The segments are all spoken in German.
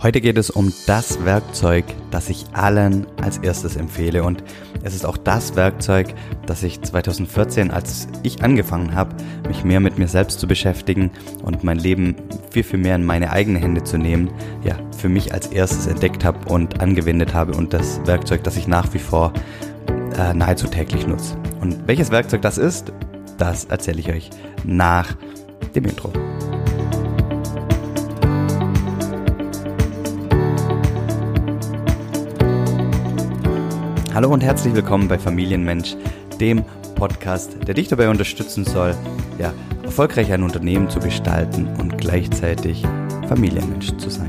Heute geht es um das Werkzeug, das ich allen als erstes empfehle, und es ist auch das Werkzeug, das ich 2014, als ich angefangen habe, mich mehr mit mir selbst zu beschäftigen und mein Leben viel mehr in meine eigenen Hände zu nehmen, für mich als erstes entdeckt habe und angewendet habe, und das Werkzeug, das ich nach wie vor nahezu täglich nutze. Und welches Werkzeug das ist, das erzähle ich euch nach dem Intro. Hallo und herzlich willkommen bei Familienmensch, dem Podcast, der dich dabei unterstützen soll, erfolgreich ein Unternehmen zu gestalten und gleichzeitig Familienmensch zu sein.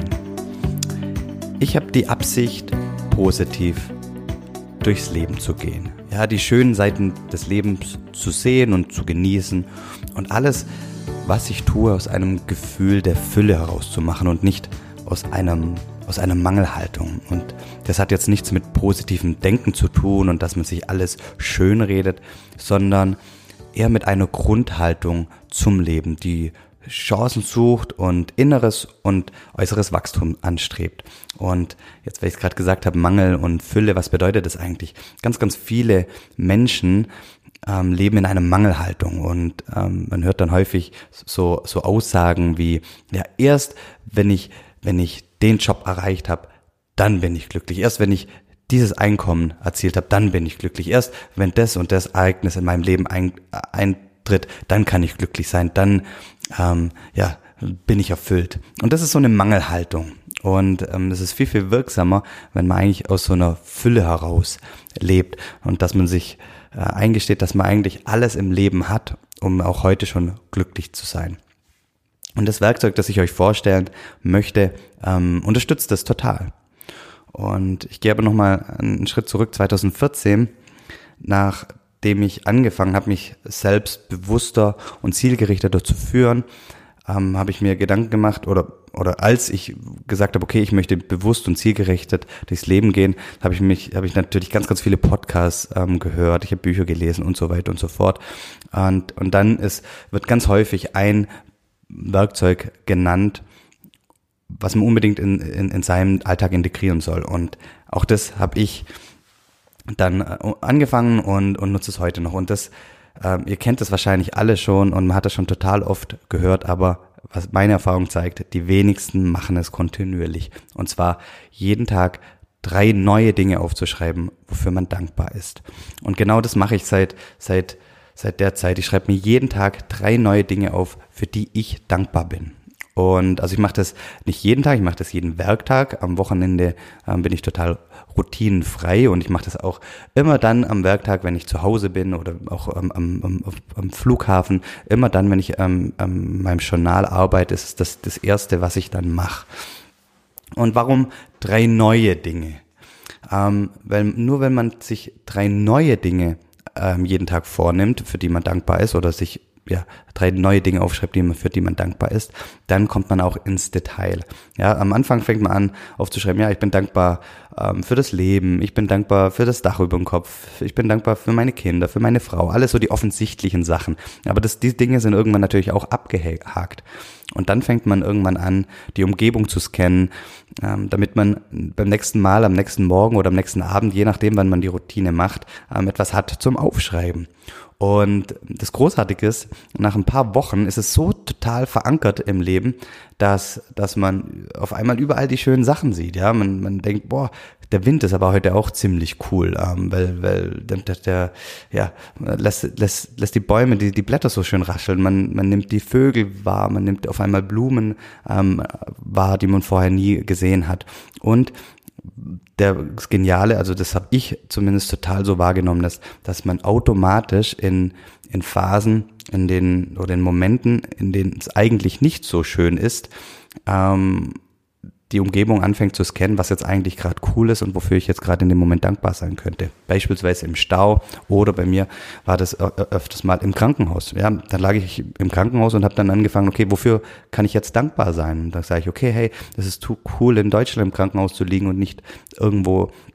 Ich habe die Absicht, positiv durchs Leben zu gehen. Die schönen Seiten des Lebens zu sehen und zu genießen und alles, was ich tue, aus einem Gefühl der Fülle herauszumachen und nicht aus einer Mangelhaltung. Und das hat jetzt nichts mit positivem Denken zu tun und dass man sich alles schön redet, sondern eher mit einer Grundhaltung zum Leben, die Chancen sucht und inneres und äußeres Wachstum anstrebt. Und jetzt, weil ich es gerade gesagt habe, Mangel und Fülle, was bedeutet das eigentlich? Ganz, ganz viele Menschen leben in einer Mangelhaltung, und man hört dann häufig so Aussagen wie, erst wenn ich den Job erreicht habe, dann bin ich glücklich. Erst wenn ich dieses Einkommen erzielt habe, dann bin ich glücklich. Erst wenn das und das Ereignis in meinem Leben eintritt, dann kann ich glücklich sein. Dann bin ich erfüllt. Und das ist so eine Mangelhaltung. Und es ist viel, viel wirksamer, wenn man eigentlich aus so einer Fülle heraus lebt und dass man sich eingesteht, dass man eigentlich alles im Leben hat, um auch heute schon glücklich zu sein. Und das Werkzeug, das ich euch vorstellen möchte, unterstützt das total. Und ich gehe aber nochmal einen Schritt zurück, 2014, nachdem ich angefangen habe, mich selbst bewusster und zielgerichteter zu führen, habe ich mir Gedanken gemacht, oder als ich gesagt habe, okay, ich möchte bewusst und zielgerichtet durchs Leben gehen, habe ich natürlich ganz, ganz viele Podcasts gehört, ich habe Bücher gelesen und so weiter und so fort. Und dann wird ganz häufig ein Werkzeug genannt, was man unbedingt in seinem Alltag integrieren soll. Und auch das habe ich dann angefangen und nutze es heute noch. Und das, ihr kennt das wahrscheinlich alle schon und man hat das schon total oft gehört, aber was meine Erfahrung zeigt, die wenigsten machen es kontinuierlich. Und zwar jeden Tag 3 neue Dinge aufzuschreiben, wofür man dankbar ist. Und genau das mache ich seit der Zeit. Ich schreibe mir jeden Tag 3 neue Dinge auf, für die ich dankbar bin. Und also ich mache das nicht jeden Tag, ich mache das jeden Werktag. Am Wochenende bin ich total routinenfrei, und ich mache das auch immer dann am Werktag, wenn ich zu Hause bin oder auch am Flughafen. Immer dann, wenn ich meinem Journal arbeite, ist das Erste, was ich dann mache. Und warum 3 neue Dinge? Weil nur wenn man sich 3 neue Dinge jeden Tag vornimmt, für die man dankbar ist, oder sich 3 neue Dinge aufschreibt, für die man dankbar ist, dann kommt man auch ins Detail. Am Anfang fängt man an aufzuschreiben, ich bin dankbar für das Leben, ich bin dankbar für das Dach über dem Kopf, ich bin dankbar für meine Kinder, für meine Frau, alles so die offensichtlichen Sachen. Aber die Dinge sind irgendwann natürlich auch abgehakt. Und dann fängt man irgendwann an, die Umgebung zu scannen, damit man beim nächsten Mal, am nächsten Morgen oder am nächsten Abend, je nachdem, wann man die Routine macht, etwas hat zum Aufschreiben. Und das Großartige ist, nach ein paar Wochen ist es so total verankert im Leben, dass man auf einmal überall die schönen Sachen sieht. Man denkt, der Wind ist aber heute auch ziemlich cool, weil der lässt die Bäume, die Blätter so schön rascheln. Man nimmt die Vögel wahr, man nimmt auf einmal Blumen wahr, die man vorher nie gesehen hat. Und das Geniale, also das habe ich zumindest total so wahrgenommen, dass man automatisch in Phasen, in Momenten, in denen es eigentlich nicht so schön ist, die Umgebung anfängt zu scannen, was jetzt eigentlich gerade cool ist und wofür ich jetzt gerade in dem Moment dankbar sein könnte. Beispielsweise im Stau, oder bei mir war das öfters mal im Krankenhaus. Dann lag ich im Krankenhaus und habe dann angefangen, okay, wofür kann ich jetzt dankbar sein? Und dann sage ich, okay, hey, das ist cool, in Deutschland im Krankenhaus zu liegen und nicht irgendwo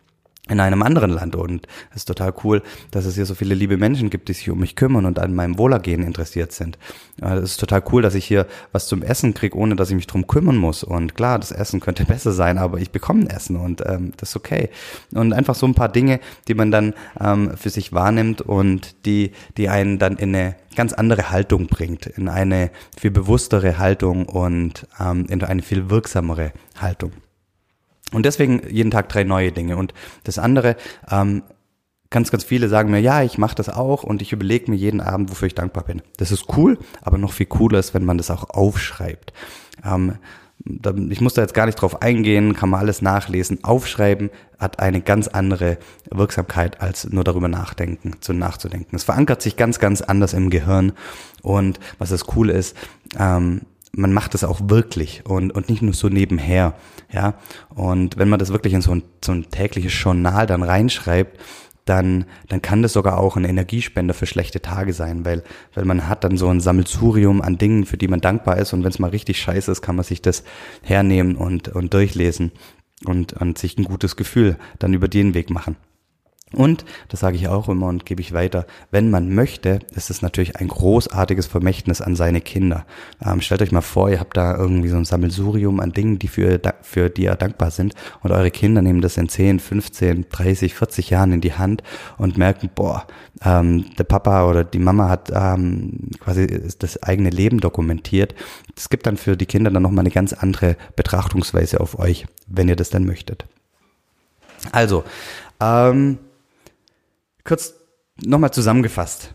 in einem anderen Land und es ist total cool, dass es hier so viele liebe Menschen gibt, die sich um mich kümmern und an meinem Wohlergehen interessiert sind. Es ist total cool, dass ich hier was zum Essen kriege, ohne dass ich mich drum kümmern muss und klar, das Essen könnte besser sein, aber ich bekomme ein Essen und das ist okay. Und einfach so ein paar Dinge, die man dann für sich wahrnimmt und die einen dann in eine ganz andere Haltung bringt, in eine viel bewusstere Haltung und in eine viel wirksamere Haltung. Und deswegen jeden Tag 3 neue Dinge. Und das andere, ganz viele sagen mir, ja, ich mache das auch und ich überlege mir jeden Abend, wofür ich dankbar bin. Das ist cool, aber noch viel cooler ist, wenn man das auch aufschreibt. Ich muss da jetzt gar nicht drauf eingehen, kann man alles nachlesen. Aufschreiben hat eine ganz andere Wirksamkeit, als nur darüber nachzudenken. Es verankert sich ganz anders im Gehirn. Und was das Coole ist, man macht es auch wirklich und nicht nur so nebenher, ja. Und wenn man das wirklich in so ein tägliches Journal dann reinschreibt, dann kann das sogar auch ein Energiespender für schlechte Tage sein, weil man hat dann so ein Sammelsurium an Dingen, für die man dankbar ist und wenn es mal richtig scheiße ist, kann man sich das hernehmen und durchlesen und sich ein gutes Gefühl dann über den Weg machen. Und, das sage ich auch immer und gebe ich weiter, wenn man möchte, ist es natürlich ein großartiges Vermächtnis an seine Kinder. Stellt euch mal vor, ihr habt da irgendwie so ein Sammelsurium an Dingen, die für die ihr dankbar sind und eure Kinder nehmen das in 10, 15, 30, 40 Jahren in die Hand und merken, der Papa oder die Mama hat quasi das eigene Leben dokumentiert. Das gibt dann für die Kinder dann nochmal eine ganz andere Betrachtungsweise auf euch, wenn ihr das dann möchtet. Also, kurz nochmal zusammengefasst.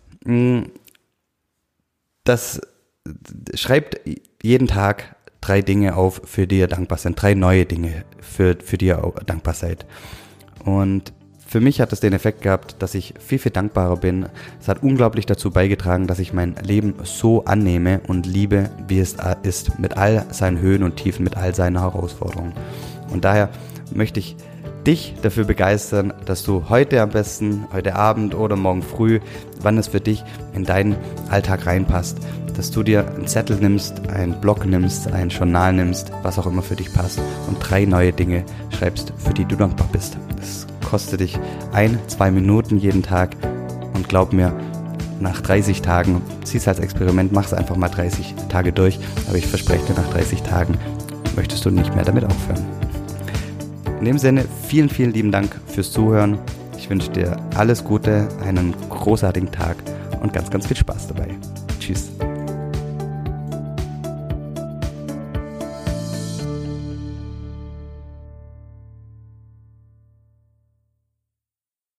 Schreibt jeden Tag 3 Dinge auf, für die ihr dankbar seid. 3 neue Dinge, für die ihr auch dankbar seid. Und für mich hat es den Effekt gehabt, dass ich viel dankbarer bin. Es hat unglaublich dazu beigetragen, dass ich mein Leben so annehme und liebe, wie es ist, mit all seinen Höhen und Tiefen, mit all seinen Herausforderungen. Und daher möchte ich dich dafür begeistern, dass du heute am besten, heute Abend oder morgen früh, wann es für dich in deinen Alltag reinpasst, dass du dir einen Zettel nimmst, einen Block nimmst, ein Journal nimmst, was auch immer für dich passt und 3 neue Dinge schreibst, für die du dankbar bist. Das kostet dich 1-2 Minuten jeden Tag und glaub mir, nach 30 Tagen, zieh's als Experiment, mach's einfach mal 30 Tage durch, aber ich verspreche dir, nach 30 Tagen möchtest du nicht mehr damit aufhören. In dem Sinne, vielen lieben Dank fürs Zuhören. Ich wünsche dir alles Gute, einen großartigen Tag und ganz viel Spaß dabei. Tschüss.